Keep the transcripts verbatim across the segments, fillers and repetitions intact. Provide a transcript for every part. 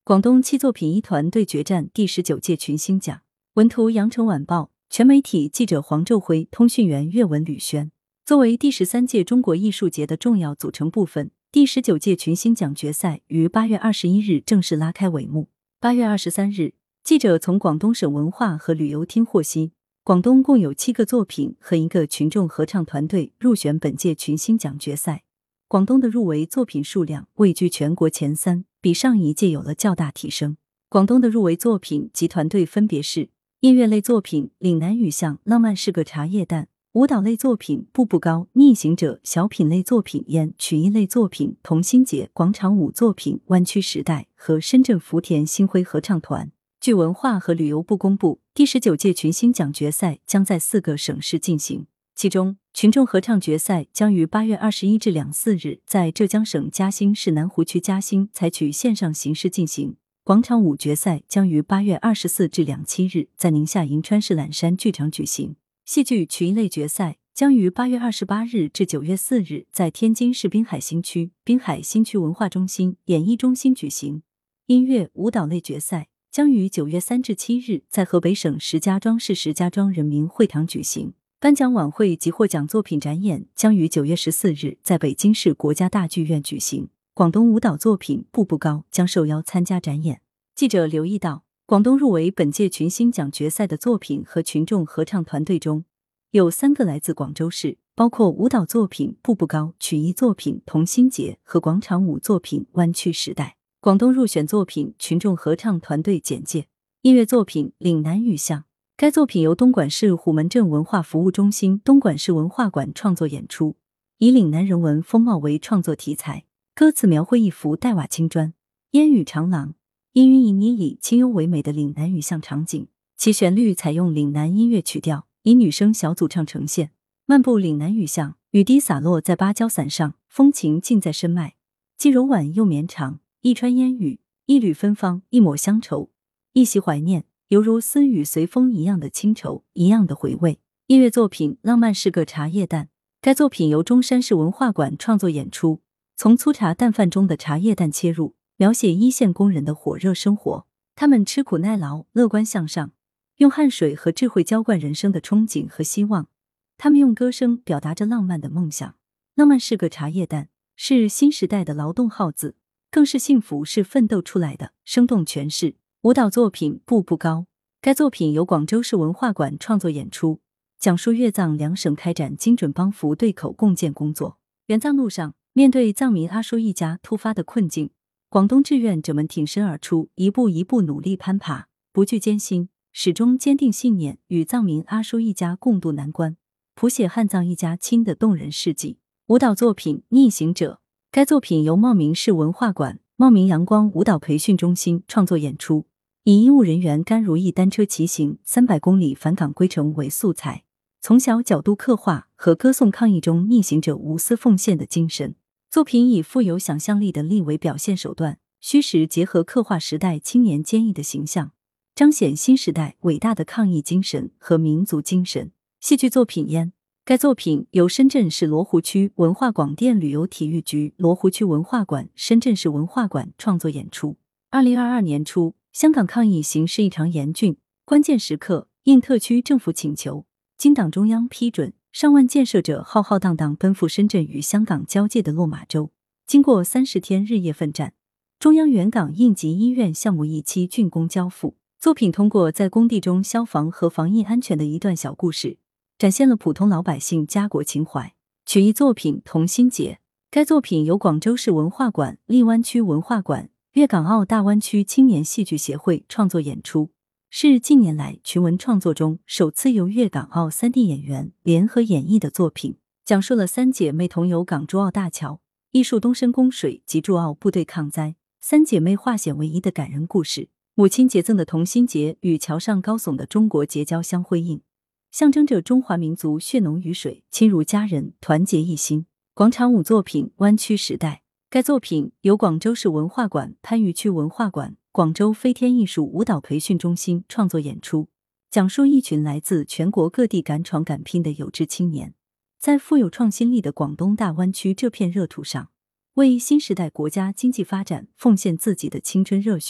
广东七作品一团队决战第十九届群星奖。文图：羊城晚报，全媒体记者黄昼辉，通讯员岳文吕轩。作为第十三届中国艺术节的重要组成部分，第十九届群星奖决赛于八月二十一日正式拉开帷幕。八月二十三日，记者从广东省文化和旅游厅获悉，广东共有七个作品和一个群众合唱团队入选本届群星奖决赛。广东的入围作品数量位居全国前三，比上一届有了较大提升。广东的入围作品及团队分别是音乐类作品《岭南雨巷》，浪漫是个茶叶蛋；舞蹈类作品《步步高》，逆行者；小品类作品《烟》；曲艺类作品《同心结》；广场舞作品《湾区时代》和深圳福田星辉合唱团。据文化和旅游部公布，第十九届群星奖决赛将在四个省市进行，其中群众合唱决赛将于八月二十一至二十四日在浙江省嘉兴市南湖区嘉兴采取线上形式进行。广场舞决赛将于八月二十四至二十七日在宁夏银川市榄山剧场举行。戏剧曲艺类决赛将于八月二十八日至九月四日在天津市滨海新区滨海新区文化中心演艺中心举行。音乐舞蹈类决赛将于九月三至七日在河北省石家庄市石家庄人民会堂举行。颁奖晚会及获奖作品展演将于九月十四日在北京市国家大剧院举行。广东舞蹈作品《步步高》将受邀参加展演。记者留意到，广东入围本届群星奖决赛的作品和群众合唱团队中，有三个来自广州市，包括舞蹈作品《步步高》、曲艺作品《同心结》和广场舞作品《湾区时代》。广东入选作品群众合唱团队简介：音乐作品《岭南雨巷》，该作品由东莞市虎门镇文化服务中心、东莞市文化馆创作演出，以岭南人文风貌为创作题材。歌词描绘一幅黛瓦青砖、烟雨长廊、氤氲旖旎里清幽唯美的岭南雨巷场景，其旋律采用岭南音乐曲调，以女声小组唱呈现。漫步岭南雨巷，雨滴洒落在芭蕉伞上，风情尽在身脉，既柔婉又绵长，一川烟雨，一缕芬芳，一抹乡愁，一袭怀念，犹如丝雨随风一样的清愁，一样的回味。音乐作品《浪漫是个茶叶蛋》，该作品由中山市文化馆创作演出，从粗茶淡饭中的茶叶蛋切入，描写一线工人的火热生活。他们吃苦耐劳，乐观向上，用汗水和智慧浇灌人生的憧憬和希望。他们用歌声表达着浪漫的梦想。浪漫是个茶叶蛋，是新时代的劳动号子，更是幸福是奋斗出来的，生动诠释。舞蹈作品《步步高》，该作品由广州市文化馆创作演出，讲述粤藏两省开展精准帮扶对口共建工作。援藏路上，面对藏民阿叔一家突发的困境，广东志愿者们挺身而出，一步一步努力攀爬，不惧艰辛，始终坚定信念，与藏民阿叔一家共度难关，谱写汉藏一家亲的动人事迹。舞蹈作品《逆行者》，该作品由茂名市文化馆、茂名阳光舞蹈培训中心创作演出，以医务人员甘如意单车骑行三百公里返岗归程为素材，从小角度刻画和歌颂抗疫中逆行者无私奉献的精神。作品以富有想象力的力为表现手段，虚实结合刻画时代青年坚毅的形象，彰显新时代伟大的抗疫精神和民族精神。戏剧作品《烟》，该作品由深圳市罗湖区文化广电旅游体育局、罗湖区文化馆、深圳市文化馆创作演出。二零二二年初，香港抗疫形势异常严峻，关键时刻，应特区政府请求，经党中央批准，上万建设者浩浩荡荡奔赴深圳与香港交界的落马洲。经过三十天日夜奋战，中央援港应急医院项目一期竣工交付。作品通过在工地中消防和防疫安全的一段小故事，展现了普通老百姓家国情怀。曲艺作品《同心结》，该作品由广州市文化馆、荔湾区文化馆、粤港澳大湾区青年戏剧协会创作演出，是近年来群文创作中首次由粤港澳三地演员联合演绎的作品，讲述了三姐妹同游港珠澳大桥，艺术东深供水及驻澳部队抗灾，三姐妹化险为夷的感人故事。母亲节赠的同心结与桥上高耸的中国结交相辉映，象征着中华民族血浓于水，亲如家人，团结一心。广场舞作品《湾区时代》，该作品由广州市文化馆、番禺区文化馆、广州飞天艺术舞蹈培训中心创作演出，讲述一群来自全国各地敢闯敢拼的有志青年，在富有创新力的广东大湾区这片热土上，为新时代国家经济发展奉献自己的青春热血。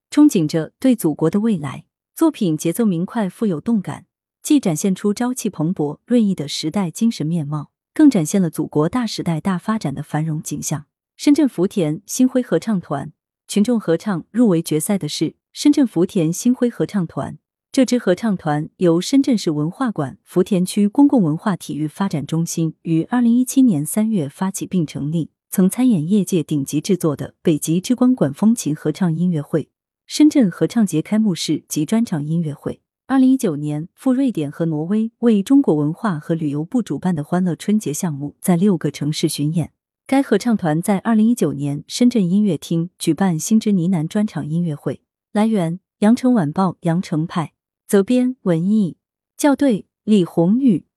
憧憬着对祖国的未来。作品节奏明快，富有动感，既展现出朝气蓬勃、锐意的时代精神面貌，更展现了祖国大时代大发展的繁荣景象。深圳福田星辉合唱团群众合唱入围决赛的是深圳福田星辉合唱团。这支合唱团由深圳市文化馆福田区公共文化体育发展中心于二零一七年三月发起并成立，曾参演业界顶级制作的北极之光管风琴合唱音乐会、深圳合唱节开幕式及专场音乐会。二零一九年，赴瑞典和挪威为中国文化和旅游部主办的欢乐春节项目在六个城市巡演。该合唱团在二零一九年深圳音乐厅举办星之呢喃专场音乐会。来源：羊城晚报羊城派，责编：文艺，校对：李红宇。